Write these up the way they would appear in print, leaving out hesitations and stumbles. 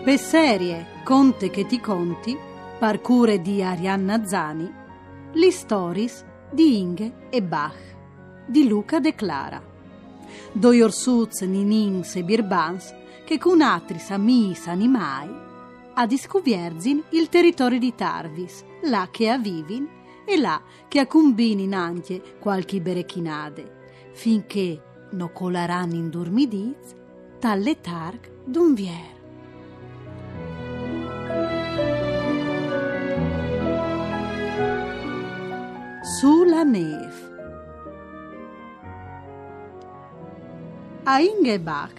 Per serie Conte che ti conti, par cure di Arianna Zani, le stories di Inge e Bach, di Luca De Clara. Doi orsuz, ninins e birbans che con atris amis animai a discuvierzin il territorio di Tarvis, là che avivin e là che accumbinin anche qualche berechinade, finché no colaran in dormidiz talle targ d'un vier. Sulla neve. A Inge Bach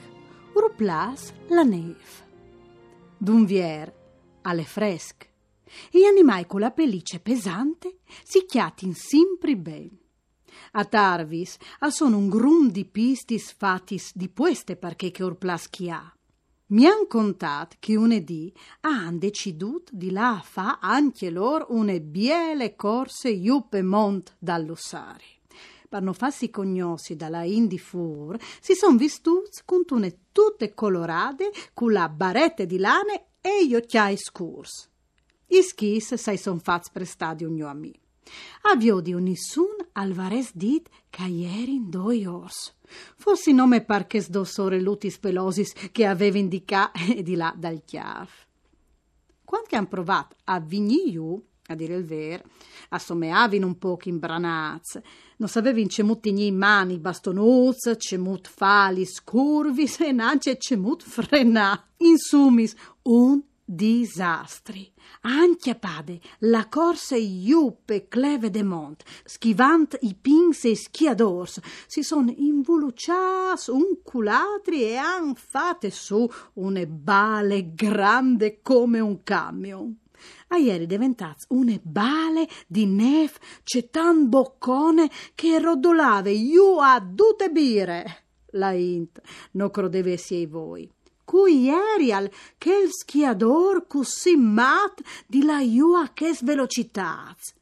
urplas la neve. D'un vier alle fresche. E gli animali con la pelliccia pesante si chiatin sempre ben. A Tarvis sono un grum di pistis fatis di queste perché che urplas chi ha. Mi han contat che unedì han decidut di là fa anche loro une biele corse iupe mont dall'ussari. Per non farsi cognosci dalla Indi fur, si son vistuts con une tutte colorate, con la barette di lane e gli occhiai scurs. I skis sai son fats prestati ogni a me. Avio di nessun Alvarez dit che ieri in 2 ors. Forse nome parches dossore lutis pelosis che aveva indicato di là dal chiaf. Quando han provato a vigniu, a dire il vero, assomeavin un poco in branaz, non sapevin cemut in mani bastonuz, cemut falis curvis e nance cemut frenà. Insumis, un disastri. Anche pade, la corsa iuppe cleve de mont, schivant i pins e schiadors, si son involucias unculatri e han fate su une bale grande come un camion. A ieri diventats une bale di neve c'è tan boccone che rodolave iu a dute bire. La int no crodevesi ai voi. Cui ieri che il schiador così mat di la iua che velocitats.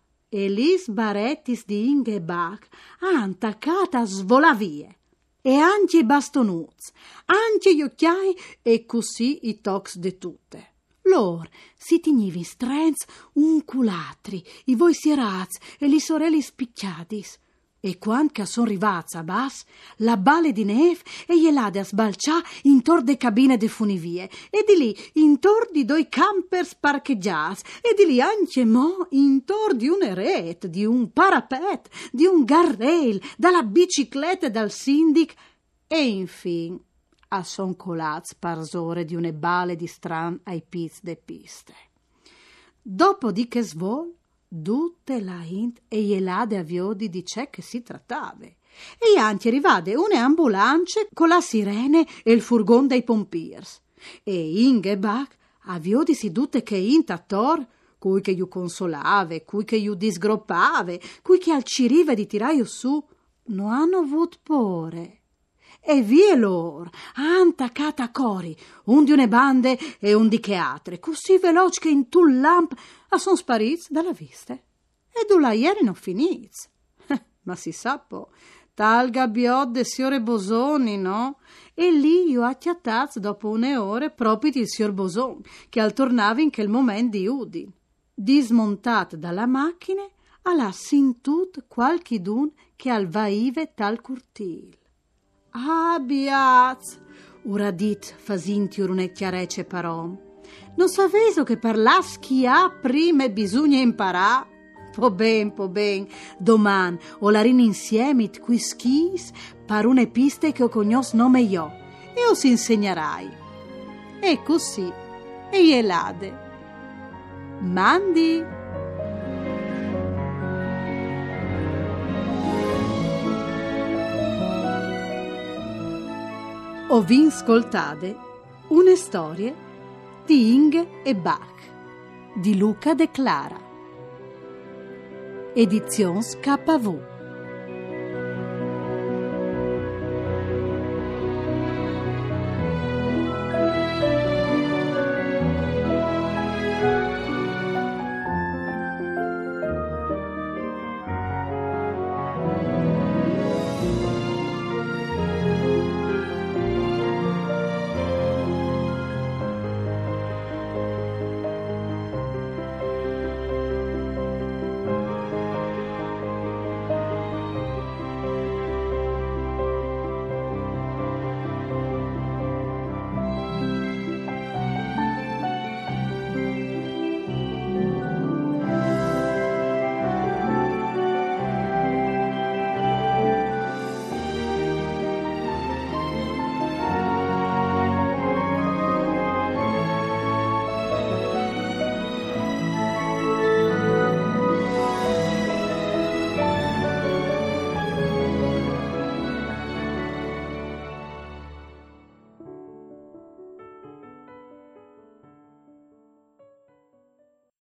E lis barettis di Inge Bach han taccata a svolavie. E anche i bastonuz, anche gli occhiai e così i tocs de tutte. Lor si tignivi strenz unculatri, i voi sieraz e li sorelli spicchiadis. E quando che son rivats a bas, la bale di neve e gliel'ade a sbalcià intor de cabine de funivie, e di lì intor di 2 campers parcheggiats, e di lì anche mo intor di un eret, di un parapet, di un garrail, dalla bicicletta e dal sindic, e infin a son colats parsore di une bale di stran ai piz de piste. Dopo di che svol, tutte la int e gliel'ade aviodi di c'è che si trattava. E anche rivade une ambulance con la sirene e il furgon dei pompiers. E Inge Bach aviodi si tutte che int attor, cui che iu consolave, cui che iu disgroppave, cui che al cirive di tiraio su, no hanno avut pore. E vie lor, han taccata a cori, un di une bande e un di che altre, così veloce che in tu lamp a son spariz dalla vista. E du la ieri non finiz. Ma si sappo, tal gabbiot de signore Bosoni, no? E lì io acchiattaz dopo 1 ore proprio il signor Boson, che al tornava in quel momento di Udin. Dismontat dalla macchina, alla sintut qualchidun che al vaive tal curtil. Biaz, ora dit fasinti une chiarece parom. Non saveso che parlas chi ha prima bisogna imparà? Po ben, doman o larin insieme qui skis par une piste che ho cognos nome io e os insegnerai. E così, e gliel'ade. Mandi! Ho vi ascoltate une storie di Inge e Bach di Luca De Clara. Edizions KV.